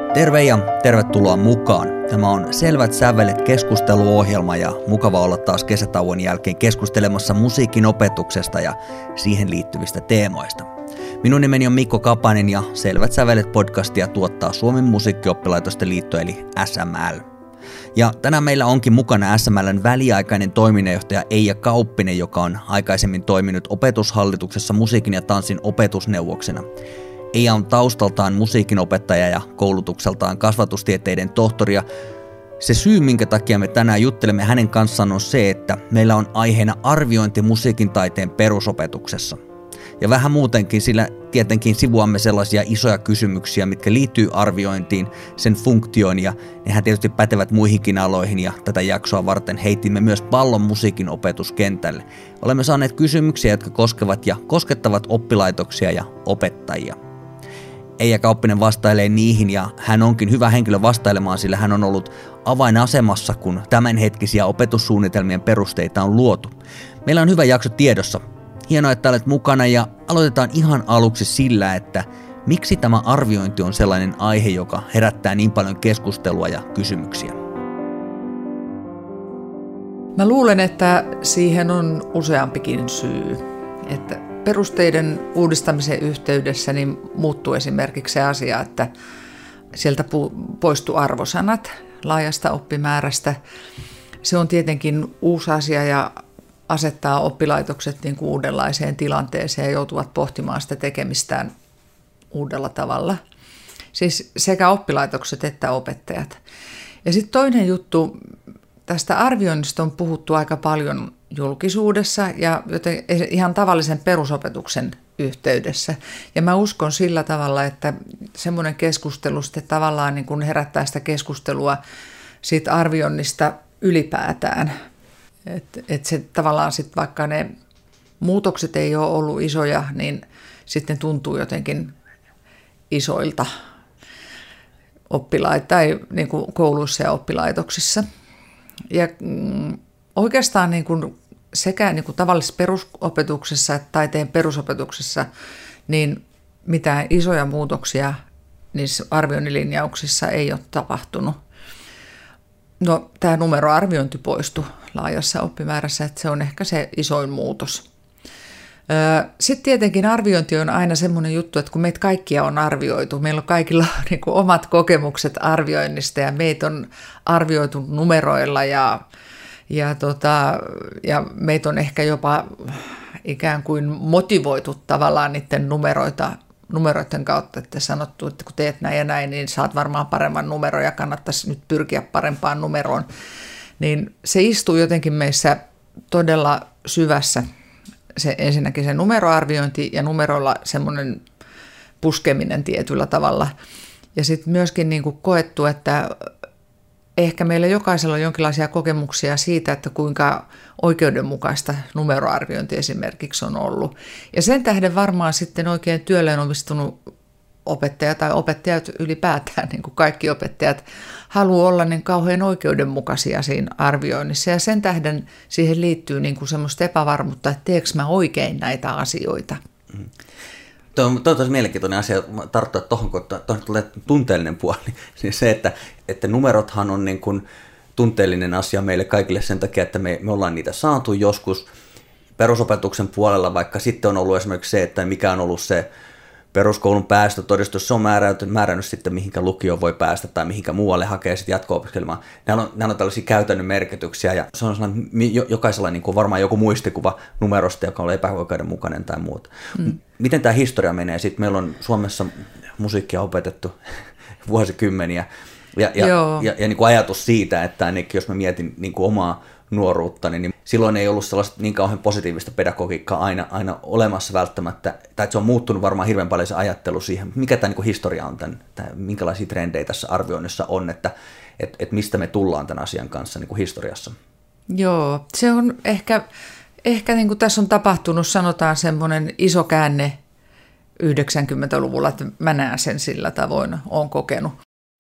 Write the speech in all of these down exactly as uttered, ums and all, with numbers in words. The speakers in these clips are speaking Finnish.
Terve ja tervetuloa mukaan. Tämä on Selvät sävelet keskusteluohjelma ja mukava olla taas kesätauon jälkeen keskustelemassa musiikin opetuksesta ja siihen liittyvistä teemoista. Minun nimeni on Mikko Kapanen ja Selvät sävelet podcastia tuottaa Suomen musiikkioppilaitosten liitto eli S M L. Ja tänään meillä onkin mukana S M L:n väliaikainen toiminnanjohtaja Eija Kauppinen, joka on aikaisemmin toiminut opetushallituksessa musiikin ja tanssin opetusneuvoksena. Eija on taustaltaan musiikinopettaja ja koulutukseltaan kasvatustieteiden tohtori. Se syy, minkä takia me tänään juttelemme hänen kanssaan, on se, että meillä on aiheena arviointi musiikin taiteen perusopetuksessa. Ja vähän muutenkin, sillä tietenkin sivuamme sellaisia isoja kysymyksiä, mitkä liittyy arviointiin, sen funktioon, ja nehän tietysti pätevät muihinkin aloihin, ja tätä jaksoa varten heitimme myös pallon musiikin opetuskentälle. Olemme saaneet kysymyksiä, jotka koskevat ja koskettavat oppilaitoksia ja opettajia. Eija Kauppinen vastailee niihin, ja hän onkin hyvä henkilö vastailemaan, sillä hän on ollut avainasemassa, kun tämänhetkisiä opetussuunnitelmien perusteita on luotu. Meillä on hyvä jakso tiedossa. Hienoa, että olet mukana, ja aloitetaan ihan aluksi sillä, että miksi tämä arviointi on sellainen aihe, joka herättää niin paljon keskustelua ja kysymyksiä. Mä luulen, että siihen on useampikin syy. Että perusteiden uudistamisen yhteydessä niin muuttuu esimerkiksi se asia, että sieltä poistuu arvosanat laajasta oppimäärästä. Se on tietenkin uusi asia ja asettaa oppilaitokset niin kuin uudenlaiseen tilanteeseen ja joutuvat pohtimaan sitä tekemistään uudella tavalla. Siis sekä oppilaitokset että opettajat. Ja sitten toinen juttu, tästä arvioinnista on puhuttu aika paljon julkisuudessa ja joten ihan tavallisen perusopetuksen yhteydessä. Ja mä uskon sillä tavalla, että semmoinen keskustelu sitten tavallaan niin kuin herättää sitä keskustelua siitä arvioinnista ylipäätään. Että et se tavallaan sitten vaikka ne muutokset ei ole ollut isoja, niin sitten tuntuu jotenkin isoilta oppilaita tai niin kuin kouluissa ja oppilaitoksissa. Ja mm, oikeastaan niin kuin sekä niin kuin tavallisessa perusopetuksessa että taiteen perusopetuksessa niin mitään isoja muutoksia niissä arvioinnilinjauksissa ei ole tapahtunut. No, tämä numeroarviointi poistui laajassa oppimäärässä, että se on ehkä se isoin muutos. Sitten tietenkin arviointi on aina semmoinen juttu, että kun meitä kaikkia on arvioitu, meillä on kaikilla niin kuin omat kokemukset arvioinnista ja meitä on arvioitu numeroilla ja, ja, tota, ja meitä on ehkä jopa ikään kuin motivoitu tavallaan niiden numeroita numeroiden kautta, että sanottu, että kun teet näin ja näin, niin saat varmaan paremman numeron ja kannattaisi nyt pyrkiä parempaan numeroon. Niin se istuu jotenkin meissä todella syvässä, se, ensinnäkin se numeroarviointi ja numeroilla semmoinen puskeminen tietyllä tavalla. Ja sitten myöskin niin kuin koettu, että ehkä meillä jokaisella on jonkinlaisia kokemuksia siitä, että kuinka oikeudenmukaista numeroarviointi esimerkiksi on ollut. Ja sen tähden varmaan sitten oikein työlleen omistunut opettaja tai opettajat ylipäätään, niin kuin kaikki opettajat, haluaa olla niin kauhean oikeudenmukaisia siinä arvioinnissa. Ja sen tähden siihen liittyy niin kuin semmoista epävarmuutta, että teekö mä oikein näitä asioita. Mm. Tuo on tosi mielenkiintoinen asia tarttua tuohon, kun tuohon tulee tunteellinen puoli. Niin se, että, että numerothan on niin kuin tunteellinen asia meille kaikille sen takia, että me, me ollaan niitä saatu joskus perusopetuksen puolella, vaikka sitten on ollut esimerkiksi se, että mikä on ollut se peruskoulun päästötodistus, se on määrännyt, määrännyt sitten, mihinkä lukioon voi päästä tai mihinkä muualle hakee sitten jatko-opiskelemaan. Nämä on, nämä on tällaisia käytännön merkityksiä ja se on sellainen, jokaisella niin kuin varmaan joku muistikuva numerosta, joka on epäoikeudenmukainen tai muuta. Mm. Miten tämä historia menee? Sitten meillä on Suomessa musiikkia opetettu vuosikymmeniä ja, ja, ja, ja, ja niin kuin ajatus siitä, että ainakin jos mä mietin niin kuin omaa nuoruuttani, niin silloin ei ollut sellaista niin kauhean positiivista pedagogiikkaa aina, aina olemassa välttämättä, tai että se on muuttunut varmaan hirveän paljon se ajattelu siihen, mikä tämä niin kuin historia on, tämän, tämän, minkälaisia trendejä tässä arvioinnissa on, että et, et mistä me tullaan tämän asian kanssa niin kuin historiassa. Joo, se on ehkä, ehkä niin kuin tässä on tapahtunut, sanotaan semmoinen iso käänne yhdeksänkymmentäluvulla, että mä näen sen sillä tavoin, olen kokenut.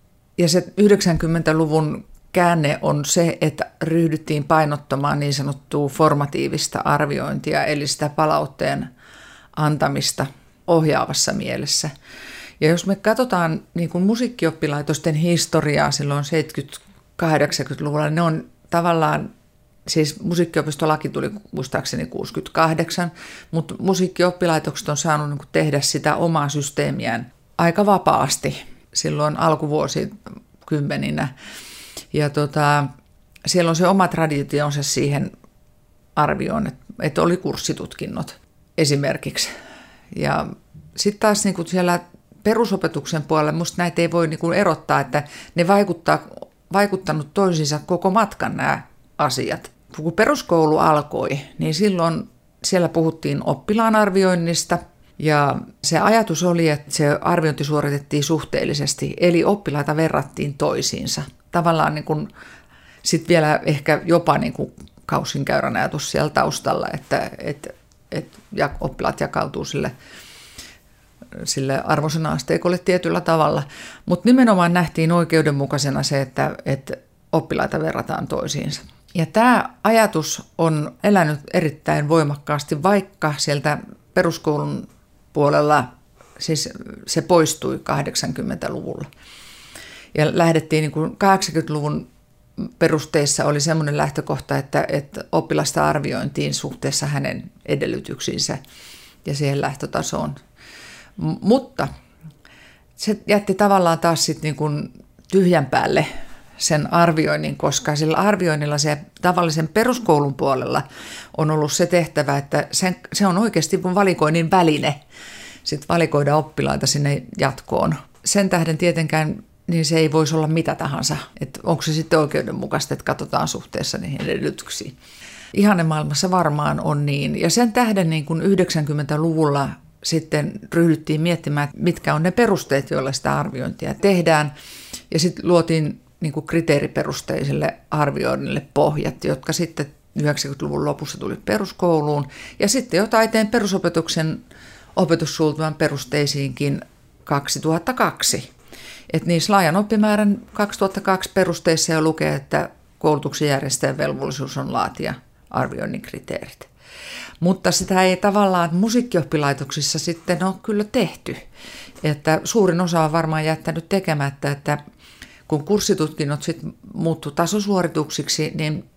Ja se yhdeksänkymmentäluvun käänne on se, että ryhdyttiin painottamaan niin sanottua formatiivista arviointia, eli sitä palautteen antamista ohjaavassa mielessä. Ja jos me katsotaan niin kuin musiikkioppilaitosten historiaa silloin seitsemänkymmentä-kahdeksankymmentäluvulla, niin ne on tavallaan, siis musiikkiopistolaki tuli muistaakseni kuusikymmentäkahdeksan, mutta musiikkioppilaitokset on saanut niin kuin tehdä sitä omaa systeemiään aika vapaasti silloin alkuvuosikymmeninä. Ja tota, siellä on se oma traditionsa siihen arvioon, että, että oli kurssitutkinnot esimerkiksi. Ja sitten taas niin kuin siellä perusopetuksen puolella musta näitä ei voi niin kuin erottaa, että ne vaikuttaa, vaikuttanut toisiinsa koko matkan nämä asiat. Kun peruskoulu alkoi, niin silloin siellä puhuttiin oppilaan arvioinnista ja se ajatus oli, että se arviointi suoritettiin suhteellisesti, eli oppilaita verrattiin toisiinsa. Tavallaan niin kuin, sit vielä ehkä jopa niin kuin kausinkäyrän ajatus siellä taustalla, että, että, että oppilaat jakautuu sille sille arvosana-asteikolle tietyllä tavalla, mutta nimenomaan nähtiin oikeudenmukaisena se, että, että oppilaita verrataan toisiinsa. Ja tämä ajatus on elänyt erittäin voimakkaasti, vaikka sieltä peruskoulun puolella siis se poistui kahdeksankymmentäluvulla. Ja lähdettiin niin kuin kahdeksankymmentäluvun perusteissa oli semmoinen lähtökohta, että, että oppilasta arviointiin suhteessa hänen edellytyksiinsä ja siihen lähtötasoon. Mutta se jätti tavallaan taas sit niin kuin tyhjän päälle sen arvioinnin, koska sillä arvioinnilla se tavallisen peruskoulun puolella on ollut se tehtävä, että sen, se on oikeasti valikoinnin väline sit valikoida oppilaita sinne jatkoon. Sen tähden tietenkään niin se ei voisi olla mitä tahansa, että onko se sitten oikeudenmukaista, että katsotaan suhteessa niihin edellytyksiin. Ihannemaailmassa varmaan on niin, ja sen tähden niin kuin yhdeksänkymmentäluvulla sitten ryhdyttiin miettimään, mitkä on ne perusteet, joilla sitä arviointia tehdään. Ja sitten luotiin niin kuin kriteeriperusteiselle arvioinnille pohjat, jotka sitten yhdeksänkymmentäluvun lopussa tuli peruskouluun. Ja sitten jo taiteen perusopetuksen opetussuunnitelman perusteisiinkin kaksituhattakaksi. Et niissä laajan oppimäärän kaksituhattakaksi perusteissa jo lukee, että koulutuksen järjestäjän velvollisuus on laatia arvioinnin kriteerit. Mutta sitä ei tavallaan musiikkioppilaitoksissa sitten ole kyllä tehty. Että suurin osa on varmaan jättänyt tekemättä, että kun kurssitutkinnot sitten muuttuu tasosuorituksiksi, niin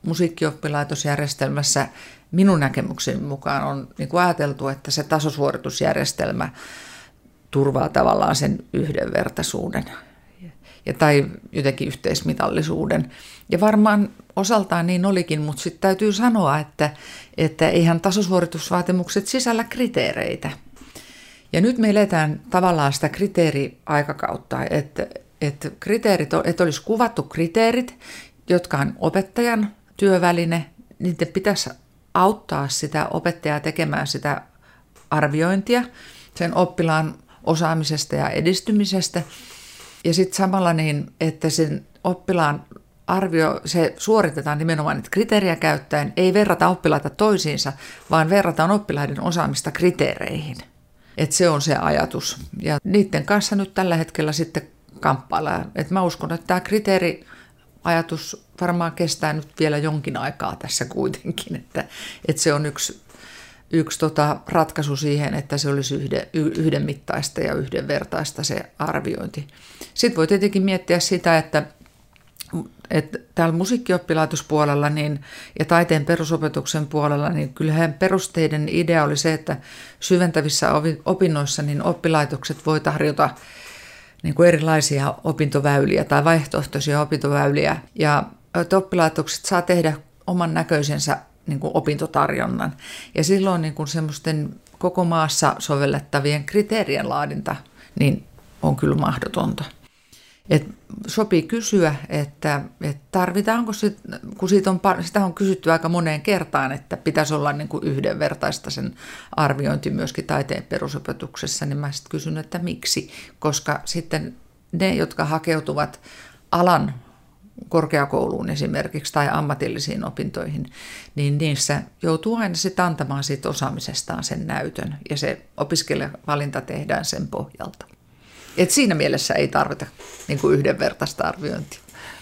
musiikkioppilaitosjärjestelmässä minun näkemykseni mukaan on niin kuin ajateltu, että se tasosuoritusjärjestelmä turvaa tavallaan sen yhdenvertaisuuden ja, tai jotenkin yhteismitallisuuden. Ja varmaan osaltaan niin olikin, mutta sitten täytyy sanoa, että, että eihän tasosuoritusvaatimukset sisällä kriteereitä. Ja nyt me eletään tavallaan sitä kriteeriaikakautta, että, että, kriteerit, että olisi kuvattu kriteerit, jotka on opettajan työväline, niiden pitäisi auttaa sitä opettajaa tekemään sitä arviointia sen oppilaan osaamisesta ja edistymisestä. Ja sitten samalla niin, että sen oppilaan arvio, se suoritetaan nimenomaan niitä kriteeriä käyttäen, ei verrata oppilaita toisiinsa, vaan verrataan oppilaiden osaamista kriteereihin. Että se on se ajatus. Ja niiden kanssa nyt tällä hetkellä sitten kamppaillaan. Että mä uskon, että tämä kriteeriajatus varmaan kestää nyt vielä jonkin aikaa tässä kuitenkin, että, että se on yksi, yksi tota ratkaisu siihen, että se olisi yhden, yhdenmittaista ja yhdenvertaista se arviointi. Sitten voi tietenkin miettiä sitä, että että täällä musiikkioppilaitospuolella niin, ja taiteen perusopetuksen puolella, niin kyllähän perusteiden idea oli se, että syventävissä opinnoissa niin oppilaitokset voi tarjota niin kuin erilaisia opintoväyliä tai vaihtoehtoisia opintoväyliä, ja että oppilaitokset saa tehdä oman näköisensä niin kuin opintotarjonnan. Ja silloin niin kuin semmoisten koko maassa sovellettavien kriteerien laadinta niin on kyllä mahdotonta. Et sopii kysyä, että, että tarvitaanko se, kun siitä on, sitä on kysytty aika moneen kertaan, että pitäisi olla niin kuin yhdenvertaista sen arviointi myöskin taiteen perusopetuksessa, niin mä sitten kysyn, että miksi, koska sitten ne, jotka hakeutuvat alan korkeakouluun esimerkiksi tai ammatillisiin opintoihin, niin niissä joutuu aina sitten antamaan siitä osaamisestaan sen näytön ja se opiskelijavalinta tehdään sen pohjalta. Et siinä mielessä ei tarvita niin kuin yhdenvertaista arviointia.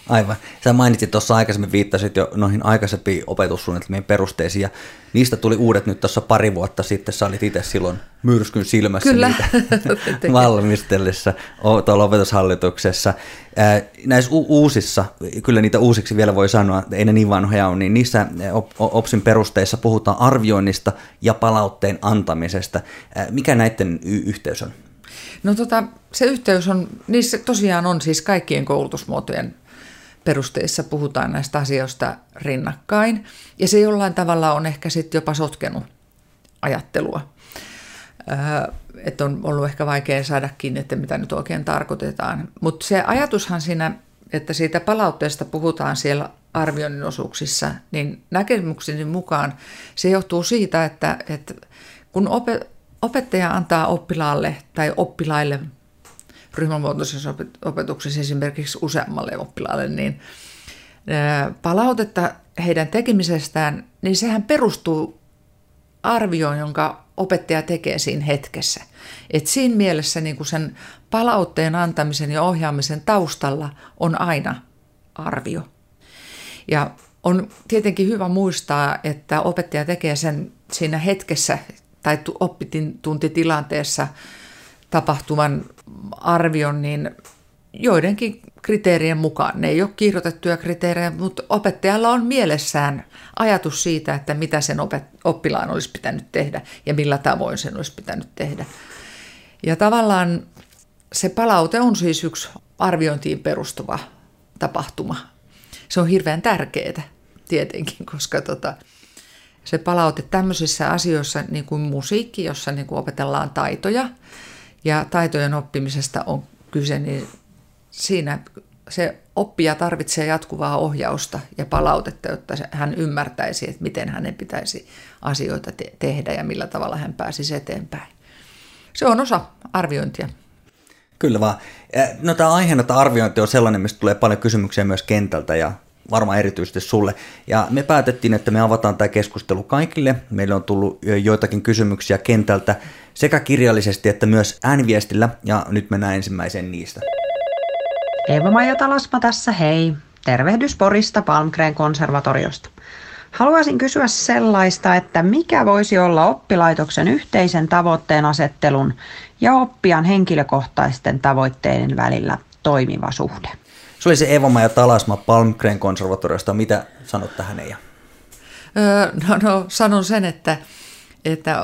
Aivan. Sä mainitsit tuossa aikaisemmin, viittasit jo noihin aikaisempiin opetussuunnitelmien perusteisiin, ja niistä tuli uudet nyt tuossa pari vuotta sitten. Sä olit itse silloin myrskyn silmässä Kyllä. niitä valmistellessa tuolla opetushallituksessa. Näissä u- uusissa, kyllä niitä uusiksi vielä voi sanoa, ei ne niin vanhoja ole, niin niissä O P S in perusteissa puhutaan arvioinnista ja palautteen antamisesta. Mikä näiden y- yhteys on? No tota, se yhteys on, niissä tosiaan on siis kaikkien koulutusmuotojen perusteissa puhutaan näistä asioista rinnakkain, ja se jollain tavalla on ehkä sitten jopa sotkenut ajattelua. Öö, että on ollut ehkä vaikea saada kiinni, että mitä nyt oikein tarkoitetaan. Mutta se ajatushan siinä, että siitä palautteesta puhutaan siellä arvioinnin osuuksissa, niin näkemykseni mukaan se johtuu siitä, että, että kun opet- opettaja antaa oppilaalle tai oppilaille ryhmämuotoisessa opetuksessa esimerkiksi useammalle oppilaalle, niin palautetta heidän tekemisestään, niin sehän perustuu arvioon, jonka opettaja tekee siinä hetkessä. Et siinä mielessä niin kuin sen palautteen antamisen ja ohjaamisen taustalla on aina arvio. Ja on tietenkin hyvä muistaa, että opettaja tekee sen siinä hetkessä tai oppituntitilanteessa tapahtuvan arvion niin joidenkin kriteerien mukaan. Ne ei ole kirjoitettuja kriteerejä, mutta opettajalla on mielessään ajatus siitä, että mitä sen oppilaan olisi pitänyt tehdä ja millä tavoin sen olisi pitänyt tehdä. Ja tavallaan se palaute on siis yksi arviointiin perustuva tapahtuma. Se on hirveän tärkeää tietenkin, koska tota, se palaute tämmöisissä asioissa, niin kuin musiikki, jossa niin kuin opetellaan taitoja, ja taitojen oppimisesta on kyse, niin siinä se oppija tarvitsee jatkuvaa ohjausta ja palautetta, jotta hän ymmärtäisi, että miten hänen pitäisi asioita te- tehdä ja millä tavalla hän pääsisi eteenpäin. Se on osa arviointia. Kyllä vaan. No tämä aiheena, että arviointi on sellainen, mistä tulee paljon kysymyksiä myös kentältä ja varmaan erityisesti sulle. Ja me päätettiin, että me avataan tämä keskustelu kaikille. Meille on tullut joitakin kysymyksiä kentältä sekä kirjallisesti että myös ääniviestillä, ja nyt mennään ensimmäiseen niistä. Eeva-Maija Talasma tässä, hei. Tervehdys Porista Palmgren konservatoriosta. Haluaisin kysyä sellaista, että mikä voisi olla oppilaitoksen yhteisen tavoitteen asettelun ja oppijan henkilökohtaisten tavoitteiden välillä toimiva suhde? Se oli se Eeva-Maija Talasma Palmgren konservatoriosta. Mitä sanot tähän, Eija? Öö, no, no sanon sen, että, että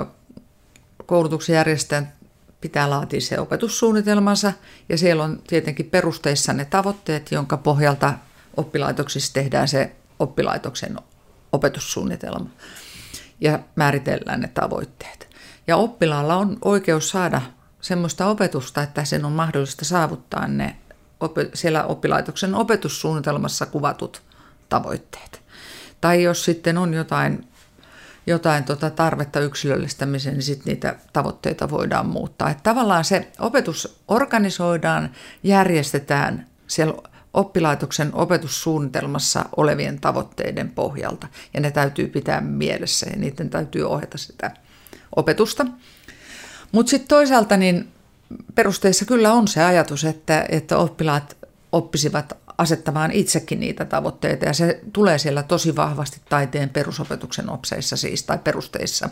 koulutuksen järjestäjän pitää laatia se opetussuunnitelmansa, ja siellä on tietenkin perusteissa ne tavoitteet, jonka pohjalta oppilaitoksissa tehdään se oppilaitoksen opetussuunnitelma ja määritellään ne tavoitteet. Ja oppilaalla on oikeus saada semmoista opetusta, että sen on mahdollista saavuttaa ne siellä oppilaitoksen opetussuunnitelmassa kuvatut tavoitteet. Tai jos sitten on jotain, jotain tota tarvetta yksilöllistämiseen, niin sitten niitä tavoitteita voidaan muuttaa. Että tavallaan se opetus organisoidaan, järjestetään siellä oppilaitoksen opetussuunnitelmassa olevien tavoitteiden pohjalta. Ja ne täytyy pitää mielessä ja niiden täytyy ohjata sitä opetusta. Mutta sitten toisaalta niin perusteissa kyllä on se ajatus, että, että oppilaat oppisivat asettamaan itsekin niitä tavoitteita, ja se tulee siellä tosi vahvasti taiteen perusopetuksen opseissa siis, tai perusteissa.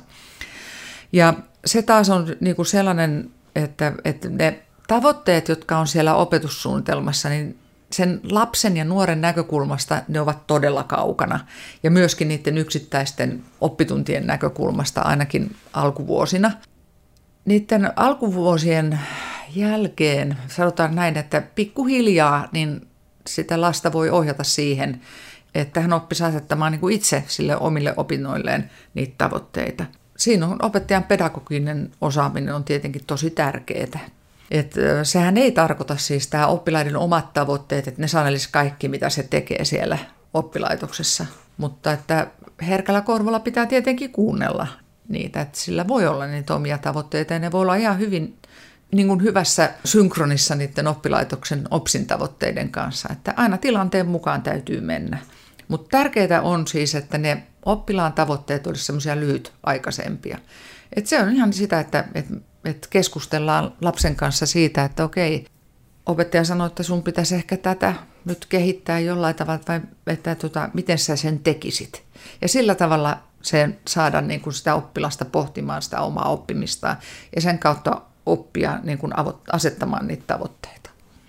Ja se taas on niin kuin sellainen, että, että ne tavoitteet, jotka on siellä opetussuunnitelmassa, niin sen lapsen ja nuoren näkökulmasta ne ovat todella kaukana, ja myöskin niiden yksittäisten oppituntien näkökulmasta ainakin alkuvuosina. Niiden alkuvuosien jälkeen sanotaan näin, että pikkuhiljaa niin sitä lasta voi ohjata siihen, että hän oppisi asettamaan niin kuin itse sille omille opinnoilleen niitä tavoitteita. Siinä on opettajan pedagoginen osaaminen on tietenkin tosi tärkeää. Et sehän ei tarkoita siis tämä oppilaiden omat tavoitteet, että ne sanelisi kaikki, mitä se tekee siellä oppilaitoksessa, mutta että herkällä korvalla pitää tietenkin kuunnella niitä, että sillä voi olla niitä omia tavoitteita ja ne voi olla ihan hyvin niin kuin hyvässä synkronissa niiden oppilaitoksen opsin tavoitteiden kanssa, että aina tilanteen mukaan täytyy mennä. Mutta tärkeää on siis, että ne oppilaan tavoitteet olisivat semmoisia lyhytaikaisempia. Et se on ihan sitä, että et, et keskustellaan lapsen kanssa siitä, että okei, opettaja sanoi, että sun pitäisi ehkä tätä nyt kehittää jollain tavalla, vai että tota, miten sä sen tekisit. Ja sillä tavalla sen saada niin kuin sitä oppilasta pohtimaan sitä omaa oppimistaan ja sen kautta oppia niin kuin asettamaan niitä tavoitteita.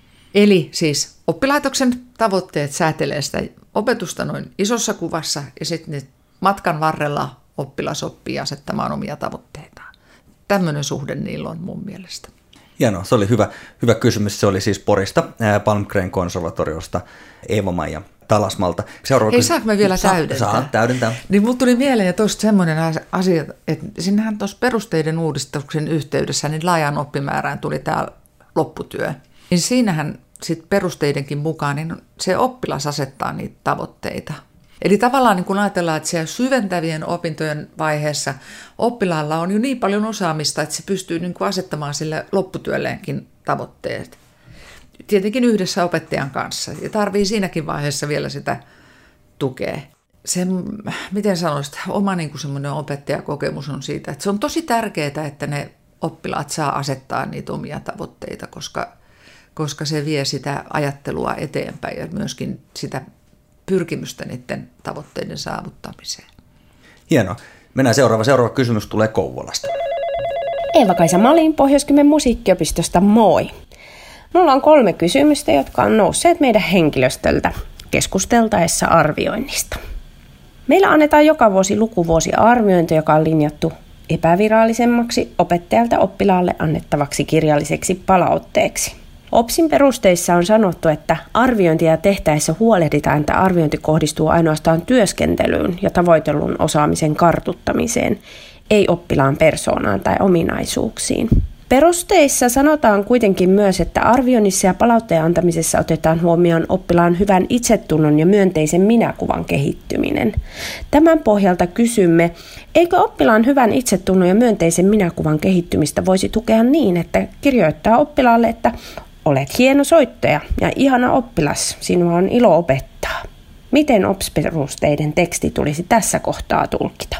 Eli siis oppilaitoksen tavoitteet säätelee sitä opetusta noin isossa kuvassa ja sitten matkan varrella oppilas oppii asettamaan omia tavoitteitaan. Tämmöinen suhde niillä on mun mielestä. Hienoa, se oli hyvä, hyvä kysymys. Se oli siis Porista, Palmgren konservatoriosta, Eeva-Maija Talasmalta. Seuraava Hei, kysymys. saanko me vielä täydentää? Saa täydentää. Niin mut tuli mieleen tuosta semmoinen asia, että sinnehän tuossa perusteiden uudistuksen yhteydessä niin laajaan oppimäärään tuli tämä lopputyö. Niin siinähän sit perusteidenkin mukaan niin se oppilas asettaa niitä tavoitteita. Eli tavallaan niin kun ajatellaan, että siellä syventävien opintojen vaiheessa oppilaalla on jo niin paljon osaamista, että se pystyy niin kuin asettamaan sille lopputyölleenkin tavoitteet. Tietenkin yhdessä opettajan kanssa ja tarvii siinäkin vaiheessa vielä sitä tukea. Se, miten sanoisit, oma niin kuin semmoinen opettajakokemus on siitä, että se on tosi tärkeää, että ne oppilaat saa asettaa niitä omia tavoitteita, koska, koska se vie sitä ajattelua eteenpäin ja myöskin sitä pyrkimystä niiden tavoitteiden saavuttamiseen. Hienoa. Mennään seuraava. Seuraava kysymys tulee Kouvolasta. Eeva-Kaisa Malin Pohjois-Kymen musiikkiopistosta, moi. Mulla on kolme kysymystä, jotka on nousseet meidän henkilöstöltä keskusteltaessa arvioinnista. Meillä annetaan joka vuosi lukuvuosiarviointi, joka on linjattu epävirallisemmaksi opettajalta oppilaalle annettavaksi kirjalliseksi palautteeksi. OPSin perusteissa on sanottu, että arviointia tehtäessä huolehditaan, että arviointi kohdistuu ainoastaan työskentelyyn ja tavoitellun osaamisen kartuttamiseen, ei oppilaan persoonaan tai ominaisuuksiin. Perusteissa sanotaan kuitenkin myös, että arvioinnissa ja palautteen antamisessa otetaan huomioon oppilaan hyvän itsetunnon ja myönteisen minäkuvan kehittyminen. Tämän pohjalta kysymme, eikö oppilaan hyvän itsetunnon ja myönteisen minäkuvan kehittymistä voisi tukea niin, että kirjoittaa oppilaalle, että olet hieno soittaja ja ihana oppilas, sinua on ilo opettaa. Miten O P S-perusteiden teksti tulisi tässä kohtaa tulkita?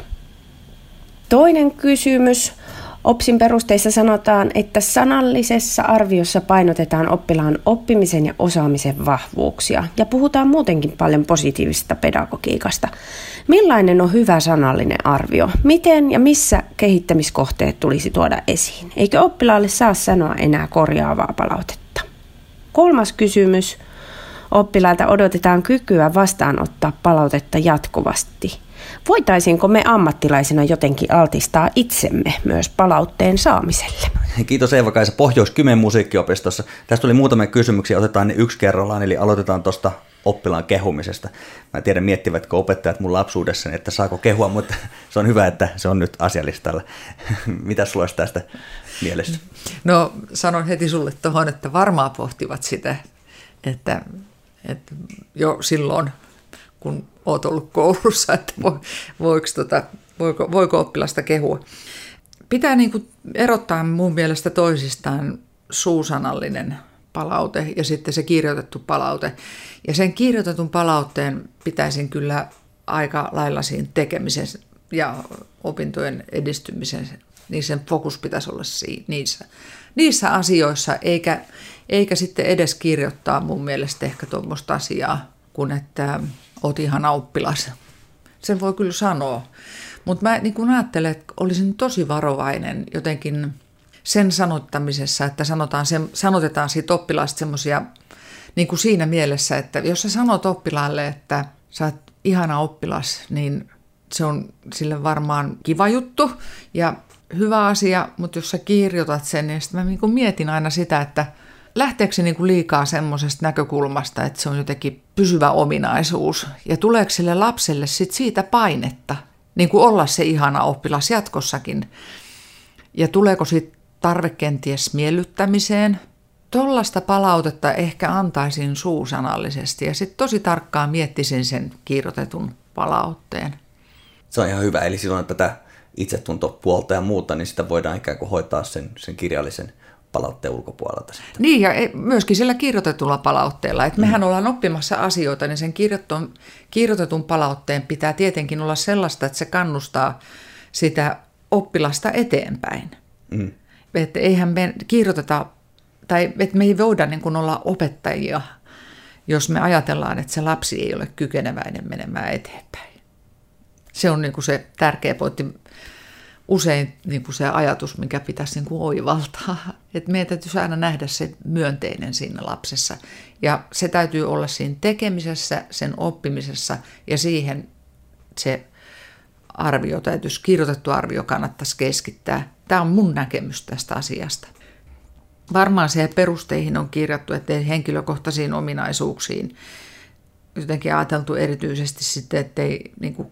Toinen kysymys. O P Sin perusteissa sanotaan, että sanallisessa arviossa painotetaan oppilaan oppimisen ja osaamisen vahvuuksia ja puhutaan muutenkin paljon positiivisesta pedagogiikasta. Millainen on hyvä sanallinen arvio? Miten ja missä kehittämiskohteet tulisi tuoda esiin? Eikö oppilaalle saa sanoa enää korjaavaa palautetta? Kolmas kysymys. Oppilaalta odotetaan kykyä vastaanottaa palautetta jatkuvasti. Voitaisiinko me ammattilaisina jotenkin altistaa itsemme myös palautteen saamiselle? Kiitos Eeva-Kaisa Pohjois-Kymen musiikkiopistossa. Tästä tuli muutamia kysymyksiä, otetaan ne yksi kerrallaan, eli aloitetaan tuosta oppilaan kehumisesta. Mä tiedän, miettivätkö opettajat mun lapsuudessani, että saako kehua, mutta se on hyvä, että se on nyt asialistalla. Mitä sulla olisi tästä mielessä? No sanon heti sulle tuohon, että varmaan pohtivat sitä, että, että jo silloin, kun olet ollut koulussa, että voiko, tota, voiko, voiko oppilasta kehua. Pitää niin kuin erottaa mun mielestä toisistaan suusanallinen palaute ja sitten se kirjoitettu palaute. Ja sen kirjoitetun palautteen pitäisin kyllä aika lailla siinä tekemisen ja opintojen edistymisen, niin sen fokus pitäisi olla siinä, niissä, niissä asioissa, eikä, eikä sitten edes kirjoittaa mun mielestä ehkä tuommoista asiaa, kun että oot ihana oppilas. Sen voi kyllä sanoa. Mutta mä niin kun ajattelen, että olisin tosi varovainen jotenkin sen sanottamisessa, että sanotaan se, sanotetaan siitä oppilaasta semmoisia niin kuin siinä mielessä, että jos sä sanot oppilaalle, että sä oot ihana oppilas, niin se on sille varmaan kiva juttu ja hyvä asia, mutta jos sä kirjoitat sen, niin sitten mä niin kuin mietin aina sitä, että lähteekö se niin kuin liikaa semmoisesta näkökulmasta, että se on jotenkin pysyvä ominaisuus ja tuleeko sille lapselle sit siitä painetta, niin kuin olla se ihana oppilas jatkossakin ja tuleeko sitten tarve kenties miellyttämiseen. Tuollaista palautetta ehkä antaisin suusanallisesti ja sitten tosi tarkkaan miettisin sen kirjoitetun palautteen. Se on ihan hyvä, eli silloin tätä itsetuntopuolta ja muuta, niin sitä voidaan ikään kuin hoitaa sen, sen kirjallisen palautteen ulkopuolelta. Sitten. Niin ja myöskin sillä kirjoitetulla palautteella, että mehän mm. ollaan oppimassa asioita, niin sen kirjoitetun, kirjoitetun palautteen pitää tietenkin olla sellaista, että se kannustaa sitä oppilasta eteenpäin. Mm. Että eihän me kirjoiteta, tai että me ei voida niin kuin olla opettajia jos me ajatellaan, että se lapsi ei ole kykeneväinen menemään eteenpäin. Se on niin kuin se tärkeä pointti. Usein niin kuin se ajatus, mikä pitäisi niin kuin oivaltaa, että meidän täytyy aina nähdä se myönteinen siinä lapsessa. Ja se täytyy olla siinä tekemisessä, sen oppimisessa ja siihen se arvio täytyisi, kirjoitettu arvio kannattaisi keskittää. Tämä on mun näkemys tästä asiasta. Varmaan siihen perusteihin on kirjattu, ettei henkilökohtaisiin ominaisuuksiin jotenkin ajateltu erityisesti sitten, ettei niin kuin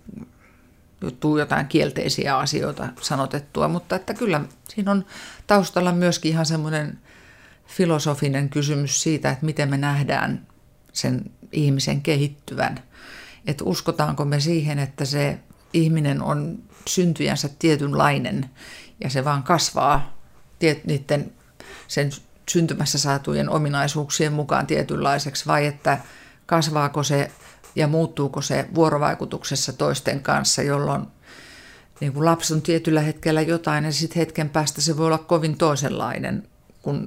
tuu jotain kielteisiä asioita sanotettua, mutta että kyllä siinä on taustalla myöskin ihan semmoinen filosofinen kysymys siitä, että miten me nähdään sen ihmisen kehittyvän. Että uskotaanko me siihen, että se ihminen on syntyjänsä tietynlainen ja se vaan kasvaa niiden sen syntymässä saatujen ominaisuuksien mukaan tietynlaiseksi, vai että kasvaako se ja muuttuuko se vuorovaikutuksessa toisten kanssa, jolloin niin kuin lapsi on tietyllä hetkellä jotain ja sitten hetken päästä se voi olla kovin toisenlainen, kun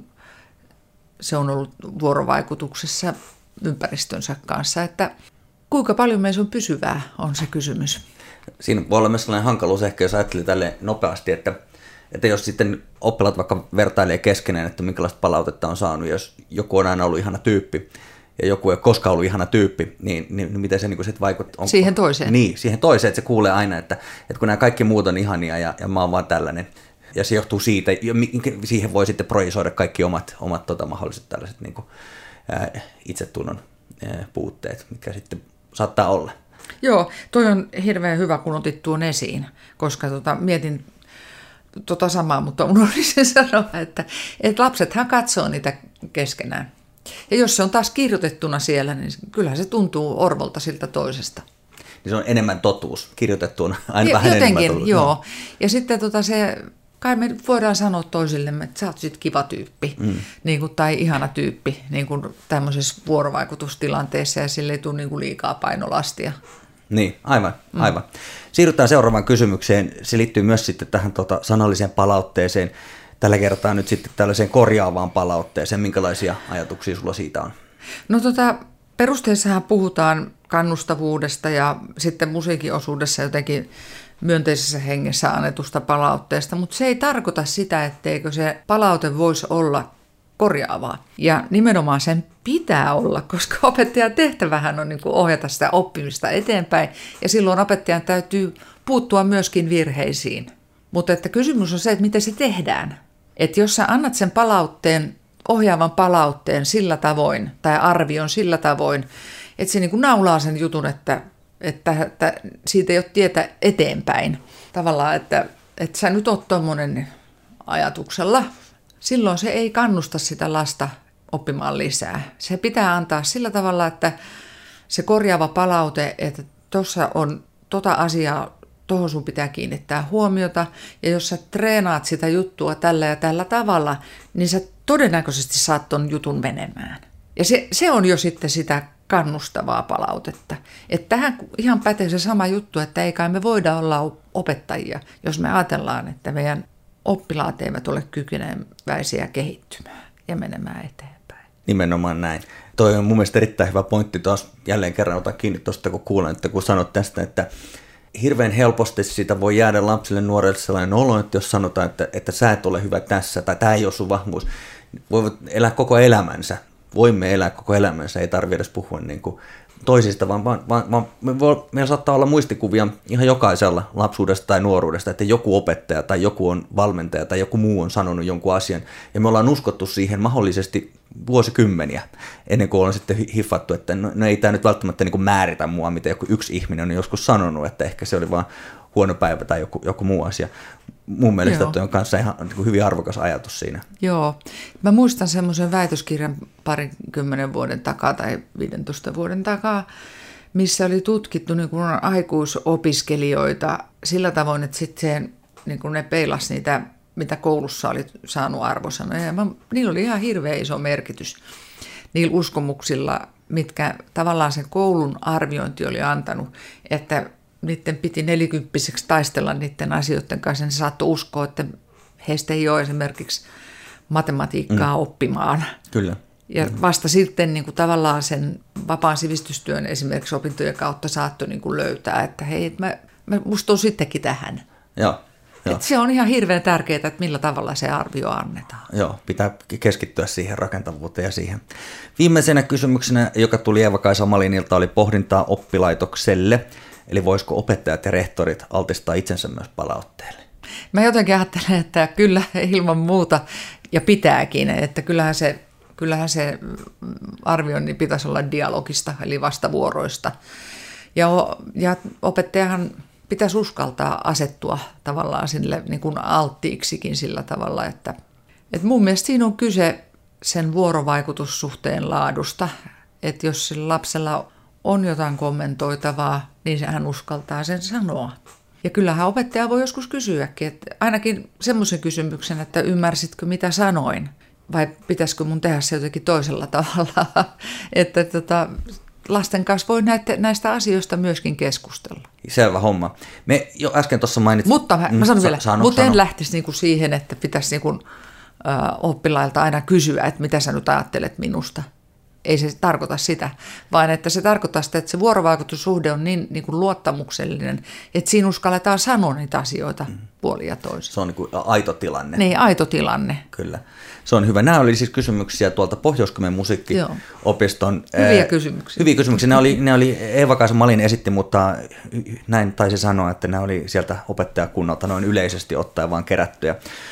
se on ollut vuorovaikutuksessa ympäristönsä kanssa. Että kuinka paljon meissä on pysyvää, on se kysymys. Siinä voi olla myös sellainen hankaluus ehkä, jos ajattelee tälleen nopeasti, että, että jos sitten oppilaat vaikka vertailee keskenään, että minkälaista palautetta on saanut, jos joku on aina ollut ihana tyyppi, ja joku ei ole koskaan ollut ihana tyyppi, niin, niin, niin miten se niin sitten vaikuttaa? Siihen toiseen. Niin, siihen toiseen, että se kuulee aina, että, että kun nämä kaikki muut on ihania ja, ja mä oon vaan tällainen. Ja se johtuu siitä, ja siihen voi sitten projisoida kaikki omat, omat tota, mahdolliset tällaiset niin kuin, ää, itsetunnon ää, puutteet, mitkä sitten saattaa olla. Joo, toi on hirveän hyvä, kun otit tuon esiin, koska tota, mietin tota samaa, mutta unohdin sen sanoa, että, että lapsethan katsoo niitä keskenään. Ja jos se on taas kirjoitettuna siellä, niin kyllähän se tuntuu orvolta siltä toisesta. Niin se on enemmän totuus, kirjoitettuna aina vähän jotenkin, enemmän totuus. Joo. No. Ja sitten tota se, kai me voidaan sanoa toisillemme, että sä oot sit kiva tyyppi mm. niin kuin, tai ihana tyyppi niin kuin tämmöisessä vuorovaikutustilanteessa ja sille ei tule niin kuin liikaa painolastia. Niin, aivan, aivan. Mm. Siirrytään seuraavaan kysymykseen. Se liittyy myös sitten tähän tota, sanalliseen palautteeseen. Tällä kertaa nyt sitten tällaiseen korjaavaan palautteeseen. Minkälaisia ajatuksia sulla siitä on? No tota, perusteissahan puhutaan kannustavuudesta ja sitten musiikin osuudessa jotenkin myönteisessä hengessä annetusta palautteesta, mutta se ei tarkoita sitä, etteikö se palaute voisi olla korjaavaa. Ja nimenomaan sen pitää olla, koska opettajan tehtävähän on niin kuin ohjata sitä oppimista eteenpäin ja silloin opettajan täytyy puuttua myöskin virheisiin. Mutta että kysymys on se, että miten se tehdään. Että jos sä annat sen palautteen, ohjaavan palautteen sillä tavoin tai arvion sillä tavoin, että se niin kuin naulaa sen jutun, että, että, että siitä ei ole tietä eteenpäin. Tavallaan, että, että sä nyt oot tommonen ajatuksella. Silloin se ei kannusta sitä lasta oppimaan lisää. Se pitää antaa sillä tavalla, että se korjaava palaute, että tuossa on tota asiaa, tuohon sun pitää kiinnittää huomiota, ja jos sä treenaat sitä juttua tällä ja tällä tavalla, niin sä todennäköisesti saat ton jutun menemään. Ja se, se on jo sitten sitä kannustavaa palautetta. Että tähän ihan pätee se sama juttu, että ei kai me voida olla opettajia, jos me ajatellaan, että meidän oppilaat eivät ole kykeneväisiä kehittymään ja menemään eteenpäin. Nimenomaan näin. Toi on mun mielestä erittäin hyvä pointti taas. Jälleen kerran otan kiinni tuosta, kun kuulen, että kun sanot tästä, että hirveän helposti siitä voi jäädä lapsille, nuorelle sellainen olo, että jos sanotaan, että, että sä et ole hyvä tässä tai tämä ei ole sun vahvuus, voivat elää koko elämänsä. Voimme elää koko elämänsä, ei tarvitse edes puhua niin kuin toisista, vaan, vaan, vaan, vaan me voi, meillä saattaa olla muistikuvia ihan jokaisella lapsuudesta tai nuoruudesta, että joku opettaja tai joku on valmentaja tai joku muu on sanonut jonkun asian, ja me ollaan uskottu siihen mahdollisesti vuosikymmeniä, ennen kuin on sitten hiffattu, että no, no ei tämä nyt välttämättä niin kuin määritä mua, mitä joku yksi ihminen on joskus sanonut, että ehkä se oli vaan huono päivä tai joku, joku muu asia. Mun mielestä Joo. on kanssa ihan niin kuin hyvin arvokas ajatus siinä. Joo. Mä muistan semmoisen väitöskirjan parinkymmenen vuoden takaa tai viidentoista vuoden takaa, missä oli tutkittu niin kuin aikuisopiskelijoita sillä tavoin, että sitten niin kuin ne peilasi niitä, mitä koulussa oli saanut arvosanoja. Ja mä, niillä oli ihan hirveän iso merkitys niillä uskomuksilla, mitkä tavallaan sen koulun arviointi oli antanut, että niiden piti nelikymppiseksi taistella niiden asioiden kanssa, niin saattoi uskoa, että heistä ei ole esimerkiksi matematiikkaa mm. oppimaan. Kyllä. Ja vasta sitten niin kuin tavallaan sen vapaan sivistystyön esimerkiksi opintojen kautta saattoi niin kuin löytää, että hei, mä, mä mustun sittenkin tähän. Joo. Et se on ihan hirveän tärkeää, että millä tavalla se arvio annetaan. Joo, pitää keskittyä siihen rakentavuuteen ja siihen. Viimeisenä kysymyksenä, joka tuli Eeva-Kaisa Malinilta, oli pohdintaa oppilaitokselle. Eli voisiko opettajat ja rehtorit altistaa itsensä myös palautteelle? Mä jotenkin ajattelen, että kyllä ilman muuta ja pitääkin, että kyllähän se, kyllähän se arvioinnin pitäisi olla dialogista, eli vastavuoroista. Ja, ja opettajahan pitäisi uskaltaa asettua tavallaan sille niin kuin alttiiksikin sillä tavalla, että, että mun mielestä siinä on kyse sen vuorovaikutussuhteen laadusta, että jos sillä lapsella on jotain kommentoitavaa, niin hän uskaltaa sen sanoa. Ja kyllähän opettaja voi joskus kysyäkin, että ainakin semmoisen kysymyksen, että ymmärsitkö mitä sanoin, vai pitäisikö mun tehdä se jotenkin toisella tavalla, että tota, lasten kanssa voi näitä, näistä asioista myöskin keskustella. Selvä homma. Me jo äsken tuossa mainitsin. Mutta mä, mä sanon vielä, sano, mutta sano. en lähtisi niinku siihen, että pitäisi niinku, ö, oppilailta aina kysyä, että mitä sä nyt ajattelet minusta. Ei se tarkoita sitä, vaan että se tarkoittaa sitä, että se vuorovaikutussuhde on niin, niin kuin luottamuksellinen, että siinä uskalletaan sanoa niitä asioita mm. puolin ja toisin. Se on niin kuin aito tilanne. Niin, aito tilanne. Kyllä. Se on hyvä. Nämä oli siis kysymyksiä tuolta Pohjois-Kymen musiikkiopiston. Hyviä kysymyksiä. Hyviä kysymyksiä. Ne oli, ne oli Eeva-Kaisa Malin esitti, mutta näin taisi sanoa, että ne oli sieltä opettajakunnalta noin yleisesti ottaen vaan kerättyjä.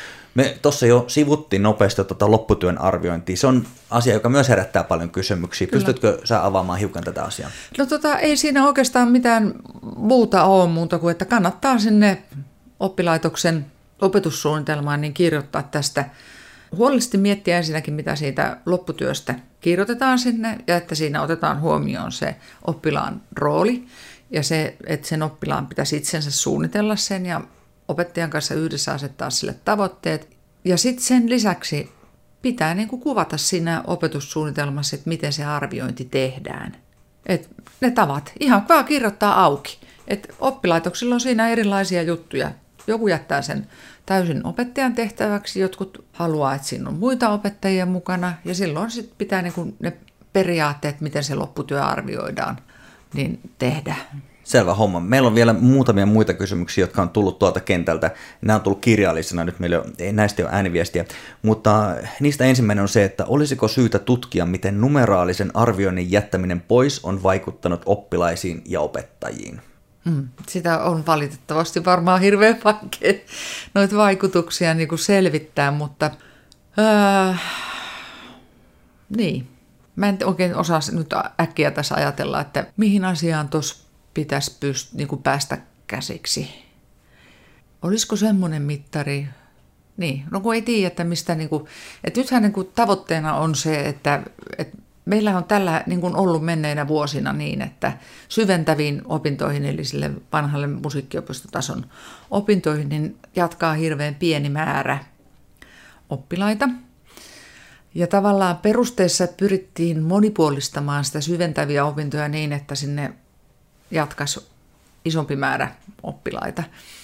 Me tuossa jo sivuttiin nopeasti tuota lopputyön arviointia. Se on asia, joka myös herättää paljon kysymyksiä. Kyllä. Pystytkö sä avaamaan hiukan tätä asiaa? No tota, ei siinä oikeastaan mitään muuta ole muuta kuin, että kannattaa sinne oppilaitoksen opetussuunnitelmaan niin kirjoittaa tästä. Huolellisesti miettiä ensinnäkin, mitä siitä lopputyöstä kirjoitetaan sinne ja että siinä otetaan huomioon se oppilaan rooli ja se, että sen oppilaan pitäisi itsensä suunnitella sen ja opettajan kanssa yhdessä asettaa sille tavoitteet. Ja sitten sen lisäksi pitää niin kuin kuvata siinä opetussuunnitelmassa, että miten se arviointi tehdään. Et ne tavat ihan vaan kirjoittaa auki. Et oppilaitoksilla on siinä erilaisia juttuja. Joku jättää sen täysin opettajan tehtäväksi, jotkut haluaa, että siinä on muita opettajia mukana. Ja silloin sit pitää niin kuin ne periaatteet, miten se lopputyö arvioidaan, niin tehdä. Selvä homma. Meillä on vielä muutamia muita kysymyksiä, jotka on tullut tuolta kentältä. Nämä on tullut kirjallisena, nyt meillä ei näistä ole ääniviestiä. Mutta niistä ensimmäinen on se, että olisiko syytä tutkia, miten numeraalisen arvioinnin jättäminen pois on vaikuttanut oppilaisiin ja opettajiin? Hmm, sitä on valitettavasti varmaan hirveän vaikea noita vaikutuksia niin kuin selvittää, mutta äh, niin. Mä en oikein osaa nyt äkkiä tässä ajatella, että mihin asiaan tuossa pitäisi pyst- niin kuin päästä käsiksi. Olisiko semmoinen mittari? Niin, no kun ei tiedä, että mistä, niin kuin, että nythän niin kuin tavoitteena on se, että, että meillä on tällä niin kuin ollut menneinä vuosina niin, että syventäviin opintoihin, eli sille vanhalle musiikkiopistotason opintoihin, niin jatkaa hirveän pieni määrä oppilaita. Ja tavallaan perusteessa pyrittiin monipuolistamaan sitä syventäviä opintoja niin, että sinne jatkaisi isompi määrä oppilaita.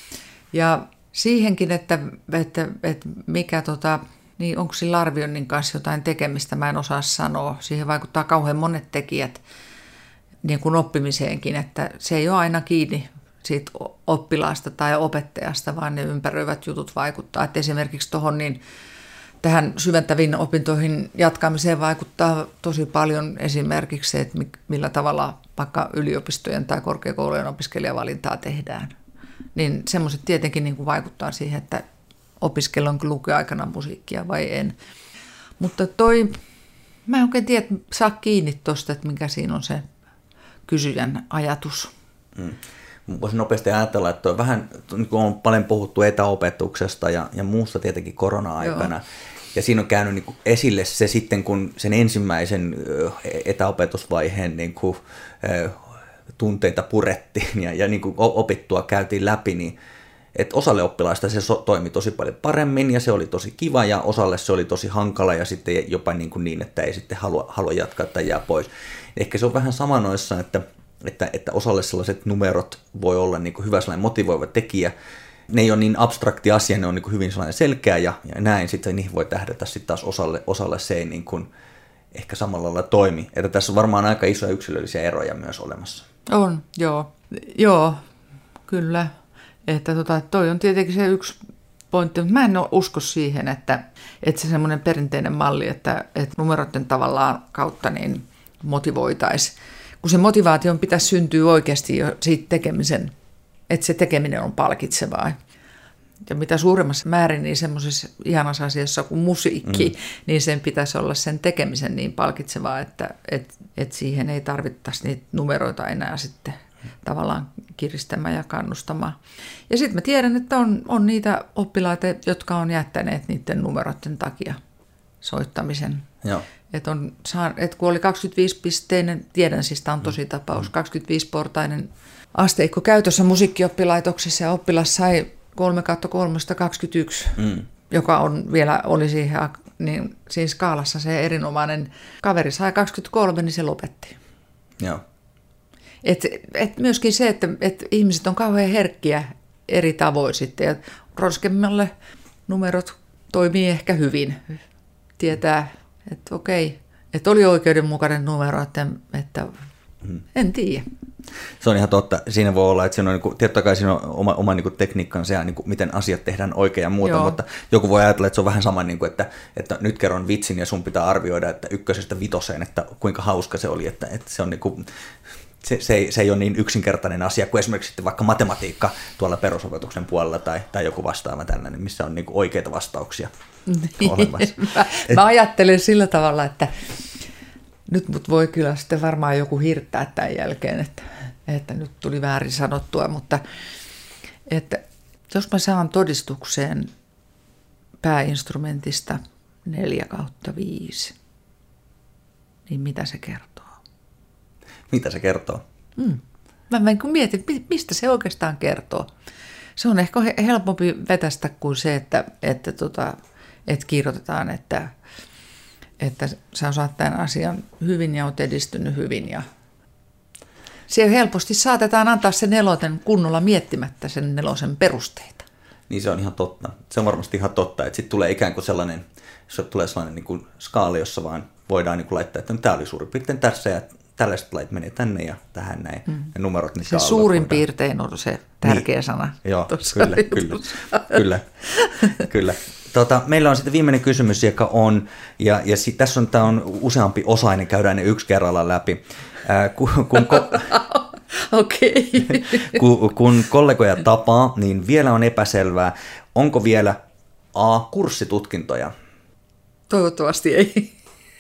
Ja siihenkin, että, että, että mikä tota, niin onko sillä arvioinnin kanssa jotain tekemistä, mä en osaa sanoa. Siihen vaikuttaa kauhean monet tekijät niin kuin oppimiseenkin, että se ei ole aina kiinni siitä oppilaasta tai opettajasta, vaan ne ympäröivät jutut vaikuttaa. Että esimerkiksi tuohon niin tähän syventäviin opintoihin jatkamiseen vaikuttaa tosi paljon esimerkiksi se, että millä tavalla vaikka yliopistojen tai korkeakoulujen opiskelijavalintaa tehdään. Niin semmoiset tietenkin niin kuin vaikuttaa siihen, että opiskellaan lukuaikana musiikkia vai en. Mutta toi, mä en oikein tiedä, saa kiinni tuosta, että mikä siinä on se kysyjän ajatus. Mm. Voisin nopeasti ajatella, että on vähän, on paljon puhuttu etäopetuksesta ja, ja muusta tietenkin korona-aikana. Joo. Ja siinä on käynyt niin kuin esille se sitten, kun sen ensimmäisen etäopetusvaiheen niin kuin, tunteita purettiin ja, ja niin kuin opittua käytiin läpi, niin että osalle oppilaista se so, toimi tosi paljon paremmin ja se oli tosi kiva ja osalle se oli tosi hankala ja sitten jopa niin, kuin niin että ei sitten halua, halua jatkaa tai jää pois. Ehkä se on vähän sama noissa, että, että, että osalle sellaiset numerot voi olla niin kuin hyvä sellainen motivoiva tekijä. Ne ei ole niin abstrakti asia, ne on niin kuin hyvin sellainen selkeä ja, ja näin sitten niihin voi tähdätä sitten taas osalle, osalle se ei niin kuin, ehkä samalla lailla toimi. Että tässä on varmaan aika isoja yksilöllisiä eroja myös olemassa. On, joo. Joo, kyllä. Että tota, toi on tietenkin se yksi pointti, mutta mä en usko siihen, että, että se semmoinen perinteinen malli, että, että numeroiden tavallaan kautta niin motivoitaisiin. Kun se motivaation pitäisi syntyä oikeasti jo siitä tekemisen, että se tekeminen on palkitsevaa. Ja mitä suuremmassa määrin niin semmoisessa ihanassa asiassa kuin musiikki, mm. niin sen pitäisi olla sen tekemisen niin palkitsevaa, että et, et siihen ei tarvittaisi niitä numeroita enää sitten tavallaan kiristämään ja kannustamaan. Ja sitten mä tiedän, että on, on niitä oppilaita, jotka on jättäneet niiden numeroiden takia soittamisen. Joo. Että et kun oli kaksikymmentäviisi-pisteinen, tiedän siis tämä on tosi tapaus, kaksikymmentäviisi-portainen asteikko käytössä musiikkioppilaitoksessa ja oppilas sai kolme kautta kolmesta kaksikymmentäyksi, mm. joka on vielä oli siihen, niin siinä skaalassa se erinomainen kaveri sai kaksikymmentäkolme, niin se lopetti. Joo. Et, et myöskin se, että et ihmiset on kauhean herkkiä eri tavoin sitten, ja roskemmalle numerot toimii ehkä hyvin. Tietää, että okei, että oli oikeudenmukainen numero, että, että hmm. en tiedä. Se on ihan totta. Siinä voi olla, että siinä on, niin kuin, totta kai siinä on oma, oma niin kuin tekniikkansa ja niin kuin, miten asiat tehdään oikein ja muuta, Joo. mutta joku voi ajatella, että se on vähän sama, niin kuin, että, että nyt kerron vitsin ja sun pitää arvioida, että ykkösestä vitoseen, että kuinka hauska se oli, että, että se on niin kuin, Se, se, ei, se ei ole niin yksinkertainen asia kuin esimerkiksi vaikka matematiikka tuolla perusopetuksen puolella tai, tai joku vastaava tällainen, missä on niin kuin oikeita vastauksia olemassa. mä, mä ajattelen sillä tavalla, että nyt mut voi kyllä sitten varmaan joku hirttää tämän jälkeen, että, että nyt tuli väärin sanottua, mutta että jos mä saan todistukseen pääinstrumentista neljä kautta viisi, niin mitä se kertoo? Mitä se kertoo? Mm. Mä mietin, mistä se oikeastaan kertoo. Se on ehkä helpompi vetästä kuin se, että, että, tota, että kirjoitetaan, että, että sä osaat tämän asian hyvin ja oot edistynyt hyvin. Ja siellä helposti saatetaan antaa se neloten kunnolla miettimättä sen nelosen perusteita. Niin se on ihan totta. Se on varmasti ihan totta, että sitten tulee ikään kuin sellainen, jos tulee sellainen niin kuin skaali, jossa vaan voidaan niin kuin laittaa, että tämä oli suurin piirtein tässä ja tällaiset lait menee tänne ja tähän näin. Mm. Ja numerot, niin se suurin piirtein on se tärkeä niin. sana. Joo, kyllä, kyllä, kyllä, kyllä. Tota, meillä on sitten viimeinen kysymys, joka on, ja, ja sit, tässä on, tämä on useampi osainen, käydään ne yksi kerralla läpi. Ää, kun, kun, ko- okay. kun, kun kollegoja tapaa, niin vielä on epäselvää, onko vielä A, kurssitutkintoja? Toivottavasti ei.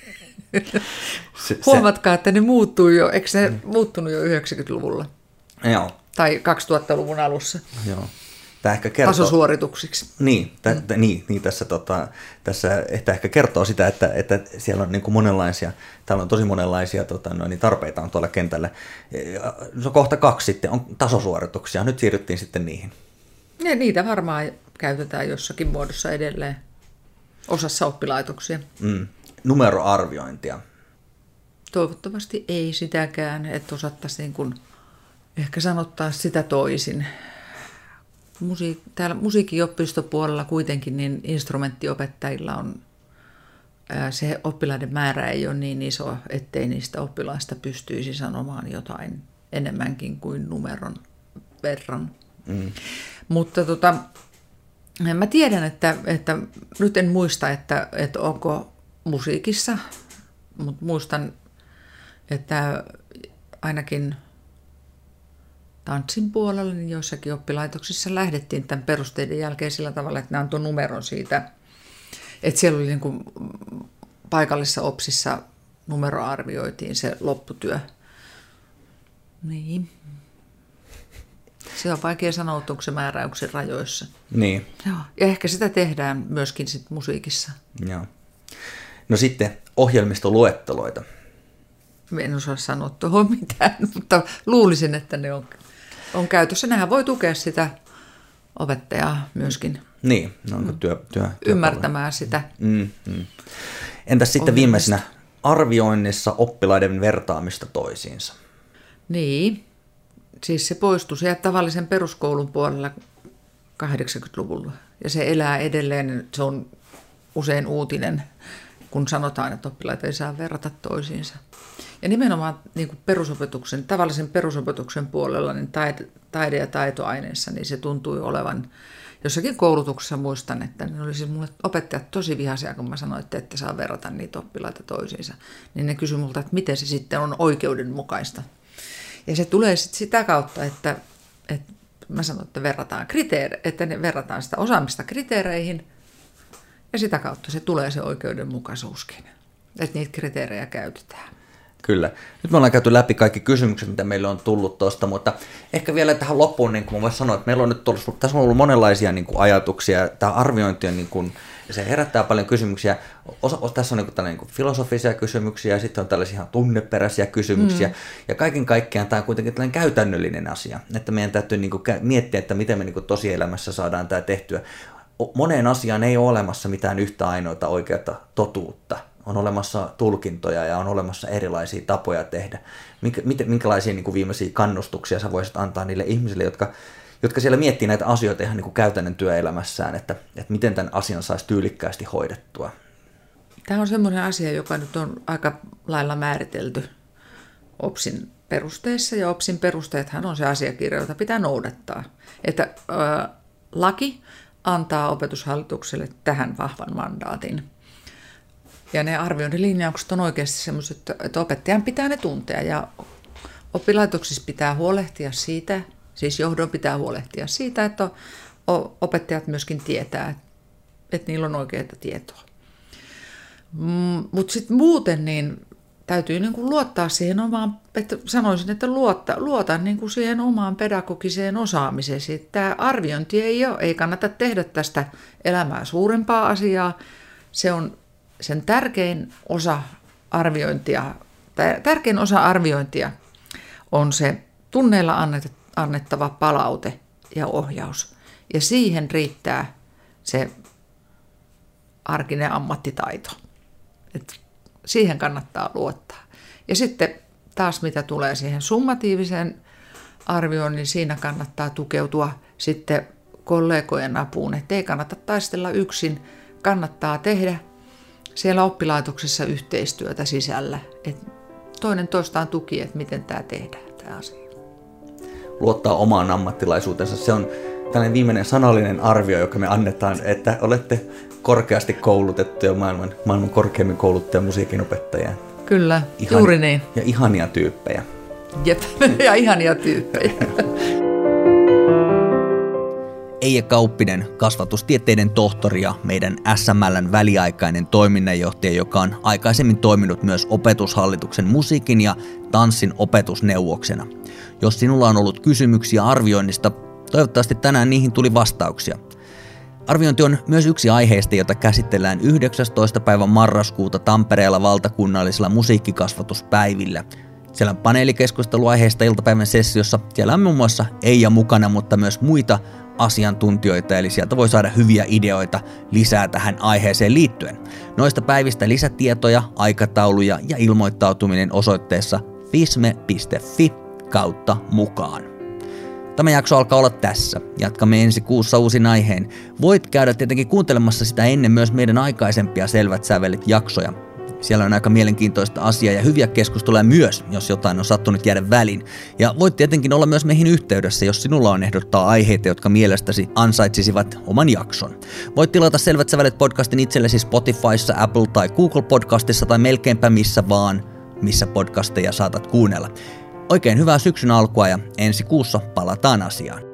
Se, Huomatkaa, että ne muuttuu jo, eikö ne mm. muuttunut jo yhdeksänkymmentäluvulla? Joo. Tai kaksituhattaluvun alussa. Joo. Tämä ehkä kertoo, tasosuorituksiksi. Niin, tä, mm. niin, niin tässä, tota, tässä ehkä, ehkä kertoo sitä, että, että siellä on niin kuin monenlaisia, täällä on tosi monenlaisia tota, no, niin tarpeita on tuolla kentällä. Se on kohta kaksi sitten, on tasosuorituksia, nyt siirryttiin sitten niihin. Ja niitä varmaan käytetään jossakin muodossa edelleen, osassa oppilaitoksia. Mm. Numeroarviointia. Toivottavasti ei sitäkään, että osattaisiin niin kuin ehkä sanottaa sitä toisin. Musiik- täällä musiikkiopistopuolella kuitenkin niin instrumenttiopettajilla on ää, se oppilaiden määrä ei ole niin iso, ettei niistä oppilaista pystyisi sanomaan jotain enemmänkin kuin numeron verran. Mm. Mutta tota, mä tiedän, että, että nyt en muista, että, että onko musiikissa, mutta muistan, että ainakin tanssin puolella niin joissakin oppilaitoksissa lähdettiin tämän perusteiden jälkeen sillä tavalla, että ne antoi numeron siitä, että siellä oli niin kuin paikallisessa opsissa numeroarvioitiin se lopputyö. Niin. Se on vaikea sanoa, onko se määräyksen rajoissa. Niin. Joo. Ja ehkä sitä tehdään myöskin sit musiikissa. Joo. No sitten ohjelmistoluetteloita. En osaa sanoa tuohon mitään, mutta luulisin, että ne on, on käytössä. Nehän voi tukea sitä opettajaa myöskin. Niin, no onko työ, työ, ymmärtämään sitä. Mm, mm. Entäs sitten viimeisenä arvioinnissa oppilaiden vertaamista toisiinsa? Niin, siis se poistui sieltä tavallisen peruskoulun puolella kahdeksankymmentäluvulla. Ja se elää edelleen, se on usein uutinen kun sanotaan, että oppilaita ei saa verrata toisiinsa. Ja nimenomaan niin kuin perusopetuksen, tavallisen perusopetuksen puolella, niin taide, taide- ja taitoaineissa, niin se tuntui olevan jossakin koulutuksessa. Muistan, että ne oli siis mulle opettajat tosi vihaisia, kun mä sanoin, että ette saa verrata niitä oppilaita toisiinsa. Niin ne kysyi multa, että miten se sitten on oikeudenmukaista. Ja se tulee sitten sitä kautta, että, että mä sanon, että verrataan kriteere, että ne verrataan sitä osaamista kriteereihin, ja sitä kautta se tulee se oikeudenmukaisuuskin, että niitä kriteerejä käytetään. Kyllä. Nyt me ollaan käyty läpi kaikki kysymykset, mitä meille on tullut tuosta, mutta ehkä vielä tähän loppuun, niin kuin mä voin sanoa, että meillä on nyt tullut, tässä on ollut monenlaisia niin kuin ajatuksia. Tämä arviointi on, niin kuin, se herättää paljon kysymyksiä. Osa, tässä on niin kuin tällainen niin kuin filosofisia kysymyksiä, ja sitten on tällaisia ihan tunneperäisiä kysymyksiä. Mm. Ja kaiken kaikkiaan tämä on kuitenkin tällainen käytännöllinen asia, että meidän täytyy niin kuin miettiä, että miten me niin kuin tosielämässä saadaan tämä tehtyä. Moneen asiaan ei ole olemassa mitään yhtä ainoata oikeata totuutta. On olemassa tulkintoja ja on olemassa erilaisia tapoja tehdä. Minkä, minkälaisia niin kuin viimeisiä kannustuksia sä voisit antaa niille ihmisille, jotka, jotka siellä miettii näitä asioita ihan niin kuin käytännön työelämässään, että, että miten tämän asian saisi tyylikkäästi hoidettua? Tämä on semmoinen asia, joka nyt on aika lailla määritelty OPSin perusteissa, ja OPSin perusteethan on se asiakirja, jota pitää noudattaa. Että äh, laki antaa opetushallitukselle tähän vahvan mandaatin. Ja ne arviointilinjaukset on oikeasti sellaiset, että opettajan pitää ne tuntea, ja oppilaitoksissa pitää huolehtia siitä, siis johdon pitää huolehtia siitä, että opettajat myöskin tietää, että niillä on oikeaa tietoa. Mutta sitten muuten niin täytyy niinku luottaa siihen omaan, että sanoisin, että luotta, luotan niinku siihen omaan pedagogiseen osaamiseen. Tämä arviointi ei ole, ei kannata tehdä tästä elämää suurempaa asiaa. Se on sen tärkein osa arviointia, tärkein osa arviointia on se tunneilla annettava palaute ja ohjaus. Ja siihen riittää se arkinen ammattitaito. Et siihen kannattaa luottaa. Ja sitten taas mitä tulee siihen summatiiviseen arvioon, niin siinä kannattaa tukeutua sitten kollegojen apuun. Että ei kannata taistella yksin, kannattaa tehdä siellä oppilaitoksessa yhteistyötä sisällä. Et toinen toistaan tuki, että miten tämä tehdään, tämä asia. Luottaa omaan ammattilaisuutensa. Se on tällainen viimeinen sanallinen arvio, joka me annetaan, että olette korkeasti koulutettuja, maailman, maailman korkeimmin kouluttuja musiikinopettajia. Kyllä, Ihani, juuri niin. Ja ihania tyyppejä. Jep, ja ihania tyyppejä. Eija Kauppinen, kasvatustieteiden tohtori ja meidän S M L:n väliaikainen toiminnanjohtaja, joka on aikaisemmin toiminut myös opetushallituksen musiikin ja tanssin opetusneuvoksena. Jos sinulla on ollut kysymyksiä arvioinnista, toivottavasti tänään niihin tuli vastauksia. Arviointi on myös yksi aiheista, jota käsitellään yhdeksästoista päivä marraskuuta Tampereella valtakunnallisella musiikkikasvatuspäivillä. Siellä on paneelikeskustelu aiheesta iltapäivän sessiossa. Siellä on muun muassa Eija mukana, mutta myös muita asiantuntijoita, eli sieltä voi saada hyviä ideoita lisää tähän aiheeseen liittyen. Noista päivistä lisätietoja, aikatauluja ja ilmoittautuminen osoitteessa fisme piste fi kautta mukaan. Tämä jakso alkaa olla tässä. Jatkamme ensi kuussa uusin aiheen. Voit käydä tietenkin kuuntelemassa sitä ennen myös meidän aikaisempia Selvät sävelet jaksoja. Siellä on aika mielenkiintoista asiaa ja hyviä keskusteluja myös, jos jotain on sattunut jäädä väliin. Ja voit tietenkin olla myös meihin yhteydessä, jos sinulla on ehdottaa aiheita, jotka mielestäsi ansaitsisivat oman jakson. Voit tilata Selvät sävelet podcastin itsellesi Spotifyssa, Apple tai Google podcastissa tai melkeinpä missä vaan, missä podcasteja saatat kuunnella. Oikein hyvää syksyn alkua ja ensi kuussa palataan asiaan.